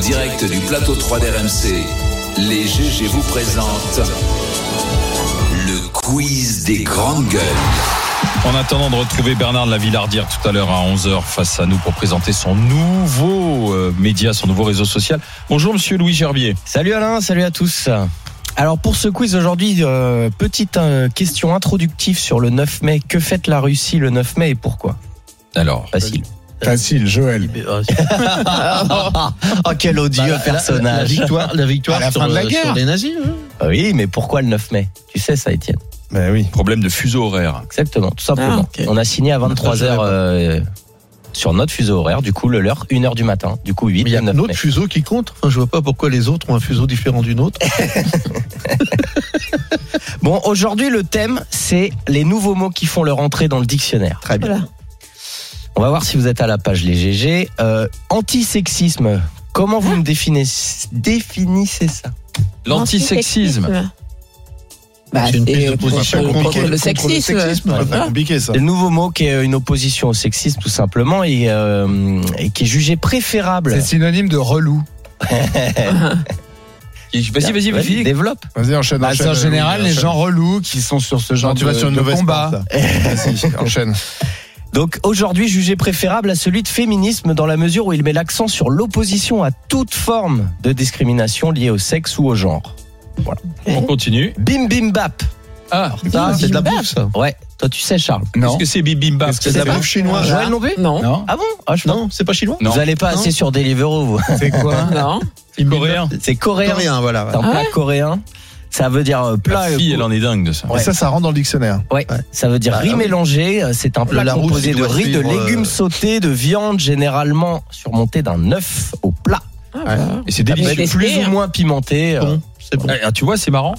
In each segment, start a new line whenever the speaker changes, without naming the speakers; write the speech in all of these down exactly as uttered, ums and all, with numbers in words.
direct du plateau trois d'R M C, les G G vous présentent le quiz des grandes gueules.
En attendant de retrouver Bernard de la Villardière tout à l'heure à onze heures face à nous pour présenter son nouveau euh, média, son nouveau réseau social. Bonjour monsieur Louis Gerbier.
Salut Alain, salut à tous. Alors pour ce quiz aujourd'hui, euh, petite euh, question introductive sur le neuf mai. Que fête la Russie le neuf mai et pourquoi ?
Alors,
Facile.
Facile, Joël.
Oh quel odieux bah, personnage.
La, la victoire, la victoire
à la
sur,
fin de la guerre.
sur les nazis. Hein.
Ah oui, mais pourquoi le neuf mai ? Tu sais ça, Étienne ?
Ben oui.
problème de fuseau horaire.
Exactement, tout simplement.
Ah, okay.
On a signé à vingt-trois heures euh, sur notre fuseau horaire, du coup le leur, une heure du matin, du coup huit.
Mais il y a
neuf
un autre
mai.
fuseau qui compte. Enfin, je vois pas pourquoi les autres ont un fuseau différent du nôtre.
Bon, aujourd'hui le thème c'est les nouveaux mots qui font leur entrée dans le dictionnaire.
Très bien.
Voilà.
On va voir si vous êtes à la page les G G. Euh, antisexisme, comment vous me définissez, définissez ça ?
L'antisexisme.
Bah,
c'est une prise de
contre-
position
contre,
contre,
le
contre
sexisme.
le sexisme.
C'est
Voilà.
pas compliqué ça.
C'est le nouveau mot qui est une opposition au sexisme tout simplement et, euh, et qui est jugé préférable.
C'est synonyme de relou.
Vas-y, vas-y, vas-y.
Développe.
Vas-y, enchaîne.
Bah, c'est
enchaîne,
en général
Louis,
les
enchaîne.
gens relous qui sont sur ce genre
Non, tu
de,
vas sur une
de
mauvaise
combat.
porte, là. Vas-y, enchaîne.
Donc aujourd'hui jugé préférable à celui de féminisme dans la mesure où il met l'accent sur l'opposition à toute forme de discrimination liée au sexe ou au genre.
On continue.
Bim bim bap.
Ah,
Ça,
C'est de la bouffe, ça.
ouais, toi tu sais Charles.
Non.
qu'est-ce que c'est bibimbap?
Qu'est-ce que
C'est de la
pas
bouffe chinoise.
Joël non plus ?
Non.
Non.
Ah bon ah, je
Non, c'est pas chinois.
Non.
Vous allez pas
Non.
assez sur Deliveroo vous.
C'est quoi?
Non.
Coréen.
C'est coréen.
Coréen, voilà.
C'est un
voilà.
plat coréen. Ça veut dire euh, plat.
La fille,
euh,
elle en est dingue de ça.
Ouais.
Et ça, ça rentre dans le dictionnaire.
Ouais, ça veut dire
Bah,
riz
oui.
mélangé. C'est un plat
Larousse,
composé
il
de
doit
riz, de
suivre, euh,
légumes sautés, de viande, généralement surmonté d'un œuf au plat.
Ah, bah.
Et c'est
Ça peut
délicieux.
être plus ou moins pimenté. euh,
Bon, c'est bon.
Ah, tu vois, c'est marrant.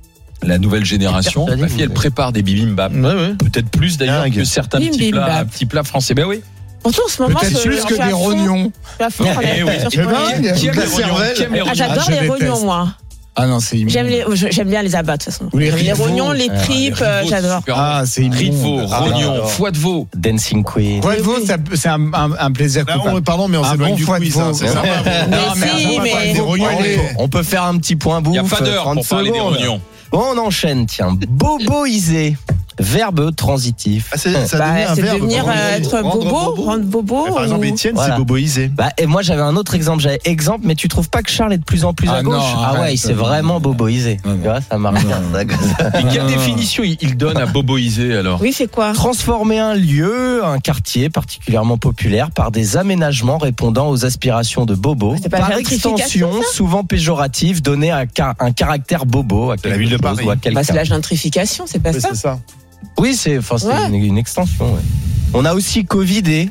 La nouvelle génération,
persuadé
ma
que
fille, elle
vous-
prépare des bibimbap.
Ouais, ouais.
Peut-être plus d'ailleurs
Dingue.
que certains petits
Bibimbap.
plats, petits plats français. Ben oui.
Pourtant, en ce moment,
Peut-être
je-
plus
je
que
suis à
des
fond-
rognons.
je suis à fond,
Eh
là,
oui.
sur
Eh
ce
ben,
point.
qui aime
Toute
les
la
rognons
cervelle.
Qui aime les
Ah,
rognons
j'adore
je
les
déteste.
rognons, moi.
Ah non, c'est immonde.
J'aime les, j'aime bien les abats, de toute façon.
Ou les
J'aime les
riz de
rognons,
veau.
les
Ah,
tripes,
Les
euh,
riz de veau,
j'adore.
super
Ah, c'est
bon. Riz de veau,
immonde. Ah,
rognons,
non.
foie de veau.
Dancing Queen.
Foie de veau, ça- c'est un, un, un plaisir
Là,
coupable.
on, pardon, mais on
Un
s'éloigne
bon
du
foie de
quiz.
veau.
hein, C'est sympa.
Mais
Non, mais
si,
on va
mais-
pas des rognons.
Allez.
On peut faire un petit point bouffe.
Il n'y a pas d'heure
trente
pour parler des
secondes.
rognons.
Bon, on enchaîne, tiens. Boboiser. Verbe transitif.
Ah, c'est, ça
Bah,
devient un
c'est
verbe.
devenir
Rendre-
euh, être
rendre
bobo,
bobo.
rendre bobo.
Par exemple,
ou-
Étienne,
Voilà.
c'est boboisé.
Bah, et moi j'avais un autre exemple, j'avais exemple, mais tu trouves pas que Charles est de plus en plus
Ah
à gauche ?
non,
Ah
arrête.
ouais, il s'est vraiment boboisé.
Non, non.
Tu vois, ça marche bien. ça, comme ça.
Et quelle
non, non.
définition il il donne à boboiser alors?
Oui, c'est quoi ?
Transformer un lieu, un quartier particulièrement populaire par des aménagements répondant aux aspirations de bobo.
C'est pas
Par
gentrification,
extension, souvent péjorative, donner un, car- un caractère bobo à
la
quelque
ville de
chose
Paris.
ou à
Bah,
quelqu'un.
c'est la gentrification, c'est pas
Oui,
ça ?
c'est ça.
Oui, c'est, enfin, c'est
Ouais.
une, une extension. Ouais. On a aussi Covidé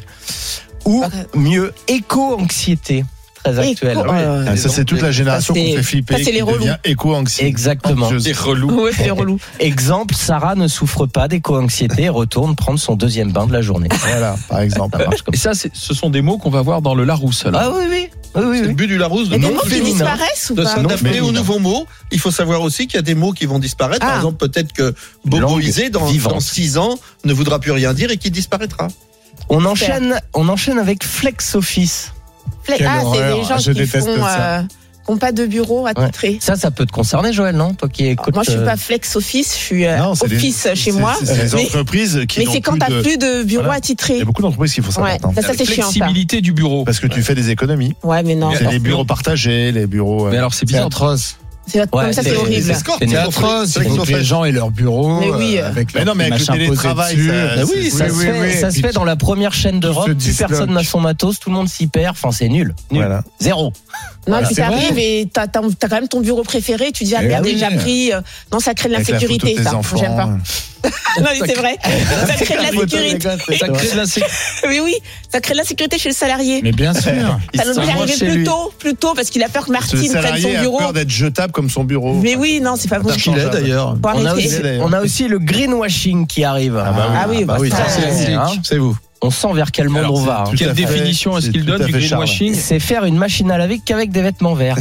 ou
Ok.
mieux éco-anxiété, très actuelle.
Éco- euh,
Ah, ça, c'est toute la génération
Ça,
qu'on
c'est-
fait flipper.
ça, c'est les
qui
relous.
devient éco-anxieux.
Exactement.
C'est relou.
Ouais, c'est relou.
Exemple, Sarah ne souffre pas d'éco-anxiété et retourne prendre son deuxième bain de la journée.
Voilà, par exemple.
Ça marche comme
Et ça, c'est- ce sont des mots qu'on va voir dans le Larousse alors.
Ah oui, oui. oui, oui,
C'est le
oui.
but du Larousse de
Il y a des
non
mots qui
féminin.
disparaissent ou
de
pas ?
s'adapter
féminin.
aux nouveaux mots. Il faut savoir aussi qu'il y a des mots qui vont disparaître. Par
Ah.
exemple, peut-être que boboiser dans,
vivante.
dans six ans ne voudra plus rien dire et qu'il disparaîtra.
On enchaîne, on enchaîne avec Flex Office.
Fle-
Quelle
Ah, c'est
horreur.
des gens
Je
qui
déteste
font,
ça.
euh, qui n'ont pas de bureau à
Ouais.
titrer.
Ça, ça peut te concerner, Joël, non? Toi qui écoutes.
Moi, je suis
euh,
pas flex office, je suis euh,
Non, c'est des-
office
c'est-
chez
c'est-
moi.
C'est des
Mais,
entreprises qui
mais
n'ont
c'est quand
plus
t'as
de-
plus de bureau
Voilà.
à titrer.
Il y a beaucoup d'entreprises qui font ça
Ouais,
maintenant.
ça, ça
La
c'est chiant. Ça.
flexibilité du bureau.
Parce que tu fais des économies.
Ouais, mais non.
C'est les bureaux partagés, les bureaux. euh,
Mais alors c'est
C'est
bizarre.
atroce.
C'est
Ouais,
comme ça,
c'est-
c'est horrible.
c'est escorte,
C'est
C'est
ils ont
atroce.
fait-
Il faut que les gens aient leur bureau.
Mais oui.
euh, avec
Mais
leur
non, mais avec le
machin posé
télétravail,
dessus.
ça-
Bah
c'est-
oui,
Ça,
oui,
se,
oui,
fait,
oui.
ça se
Puis
fait dans la première chaîne d'Europe.
se
Plus
disloque.
personne n'a son matos, tout le monde s'y perd. Enfin, c'est nul. Nul.
Voilà.
Zéro.
Non,
Voilà.
et puis
C'est
t'arrives
vrai.
et t'as, t'as, t'as quand même ton bureau préféré, tu dis, ah
Eh
merde,
oui.
j'ai déjà pris. euh, Non, ça crée de
Avec la photo de
l'insécurité,
tes
ça.
enfants.
J'aime pas. Non, mais c'est vrai. Ça crée de l'insécurité.
Ça crée de l'insécurité.
Oui, oui, ça crée de l'insécurité chez le salarié.
Mais bien sûr.
Ça
Il
nous
se
est
sent moins
arrivé
chez
plus
lui.
tôt, plus tôt, parce qu'il a peur que
Ce
Martine prenne son
salarié a
bureau.
peur d'être jetable comme son bureau.
Mais oui, non, c'est pas bon.
Parce qu'il est d'ailleurs.
Faut
On a,
arrêter.
aussi,
d'ailleurs.
on a aussi le greenwashing qui arrive.
Ah bah oui.
Ah oui,
bah
bah
oui,
ça,
ça,
c'est
c'est-
hein.
C'est vous.
On sent vers quel monde
Alors,
on va. hein.
tout
Quelle
à fait.
définition est-ce
C'est
qu'il
tout
donne
à
du
fait Charles.
greenwashing?
C'est faire une machine à laver qu'avec des vêtements verts.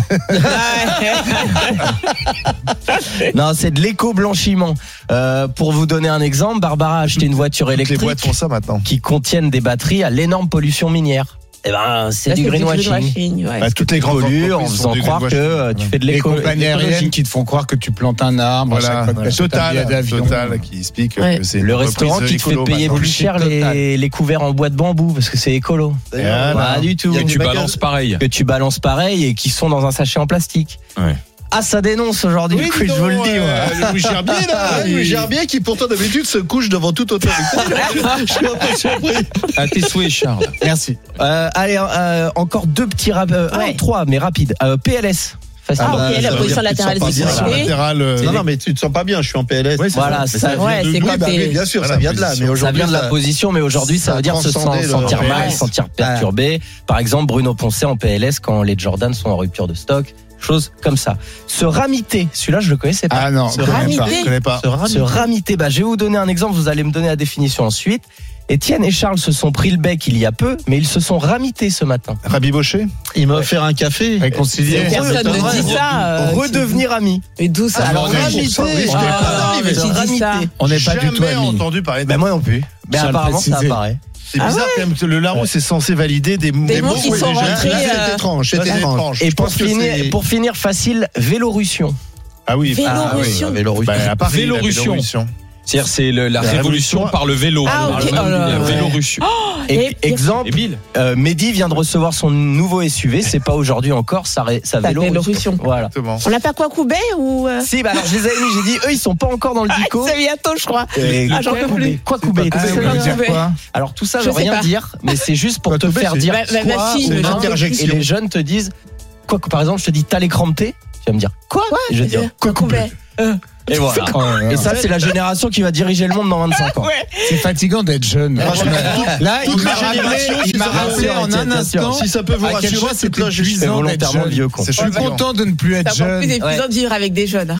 Non, c'est de l'éco-blanchiment. Euh, pour vous donner un exemple, Barbara a acheté une voiture
Toutes les
électrique
boîtes font ça maintenant.
qui contiennent des batteries à l'énorme pollution minière. Eh ben, c'est
Là,
du
c'est
greenwashing.
ouais.
Bah, toutes les grandes
Pollues en
entreprises
faisant
font du
croire que
greenwashing.
euh, tu fais de
Les
l'éco-
compagnies aériennes
l'écologie.
qui te font croire que tu plantes un arbre à
Voilà,
chaque fois que tu achètes un billet
Total,
d'avion.
Total qui explique
Ouais.
que c'est une
Le
reprise
restaurant qui te fait
écolo
payer
maintenant.
plus cher les, les couverts en bois de bambou parce que c'est écolo.
Voilà.
Pas du tout.
Et tu balances pareil.
Que tu balances pareil et qui sont dans un sachet en plastique.
Ouais.
Ah, ça dénonce aujourd'hui,
Oui,
du coup,
dis
je vous le
donc,
dis. moi.
euh, le Louis Gerbier, là.
Ah,
il-
Louis Gerbier qui pourtant d'habitude se couche devant toute autorité. Je suis un peu surpris.
À tes souhaits, Charles.
Merci.
Euh, allez, euh, encore deux petits rap- euh,
Ouais.
un, trois, mais rapides. Euh, P L S. Facile.
Ah,
bah,
ok,
ça
la
veut
position
dire que tu te
latérale
sens pas bien.
Position
disloquée.
latérale. euh,
Non, non, mais tu te sens pas bien, je suis en P L S.
Ouais, c'est
Voilà,
ça.
ça,
Ouais, c'est
Oui,
quand
bah oui,
t'es.
bien sûr,
Voilà,
ça vient de là.
position.
Mais
ça
aujourd'hui,
vient de la
ça-
position, mais aujourd'hui, ça,
ça
veut
a
dire se
transcendé
sent-
le-
sentir
P L S.
mal, sentir perturbé. Par exemple, Bruno Poncet en P L S quand les Jordan sont en rupture de stock. Choses comme ça. Se ramiter, celui-là, je le connaissais pas.
Ah non,
Se
je connais
ramiter.
pas.
Je connais pas.
Se rame-
Se ramiter, bah, je vais vous donner un exemple, vous allez me donner la définition ensuite. Étienne et Charles se sont pris le bec il y a peu, mais ils se sont ramités ce matin.
Rabiboché.
Il m'a offert un café.
Réconcilié.
Personne ne dit ça. euh,
Redevenir amis.
Mais d'où ça
Alors,
on est
ramiter,
pour ça,
oui, je
ah,
connais pas.
non,
mais
mais
qui
se
dit
ramiter.
ça
On n'est pas du tout
Jamais
amis.
entendu parler de
Ben moi non plus. Mais
Tiens à le
apparemment ça
préciser.
apparaît.
C'est
Ah
bizarre quand même que le Larousse est censé valider des,
Des mots qui
ouais,
sont
déjà.
rentrés,
Là,
euh,
C'est étrange, c'est
Là, c'est
étrange.
étrange.
Et
Je
pour
pense que
finir,
c'est-
pour finir facile, Vélorussion.
Ah oui.
Vélorussion.
Ah oui, Vélorussion.
Bah, à Paris, la
Vélorussion.
Vélorussion.
C'est-à-dire c'est le- la,
La
révolution
révolution
par le vélo.
Ah,
Par
ok.
le-
Oh là
la
là.
Vélorussion.
Et-
Et-
exemple,
Et Bill.
euh, Mehdi vient de recevoir son nouveau S U V. C'est pas aujourd'hui encore sa, ré- sa
Ta
Vélorussion.
Vélorussion.
Voilà.
Exactement.
On n'a pas quoi couper ou. euh,
Si, bah alors je les avais mis. J'ai dit, eux ils sont pas encore dans le dico.
C'est bientôt, je crois.
Et
Ah, j'en peux
quoi
plus.
couper Quoi couper
Ah,
C'est
ça
pas
veut dire
mauvais.
quoi?
Alors tout ça
Je
veut
sais
rien
pas.
dire, mais c'est juste pour
Quoi
te
couper,
faire
c'est-
dire.
Ma- ma- ma
quoi,
fille
ou
me
non.
dit
interjection.
Et les jeunes te disent quoi que par exemple je te dis t'as les cramptés, tu vas me dire quoi Et je vais te dire
Quoi couper.
et voilà.
Oh, non.
Et ça c'est la génération qui va diriger le monde dans vingt-cinq ans.
C'est fatigant d'être jeune.
Franchement,
Là, il
toute
m'a
la
rappelé,
génération,
il
si
m'a
ça va
rappelé en un
bien sûr.
instant
Si ça peut vous
à quel
rassurer,
point
c'est
c'était
que là, je
Je fais
épuisant d'être
volontairement
jeune.
vieux con.
Je suis content de ne plus être
C'est encore
jeune.
plus épuisant de vivre avec des jeunes.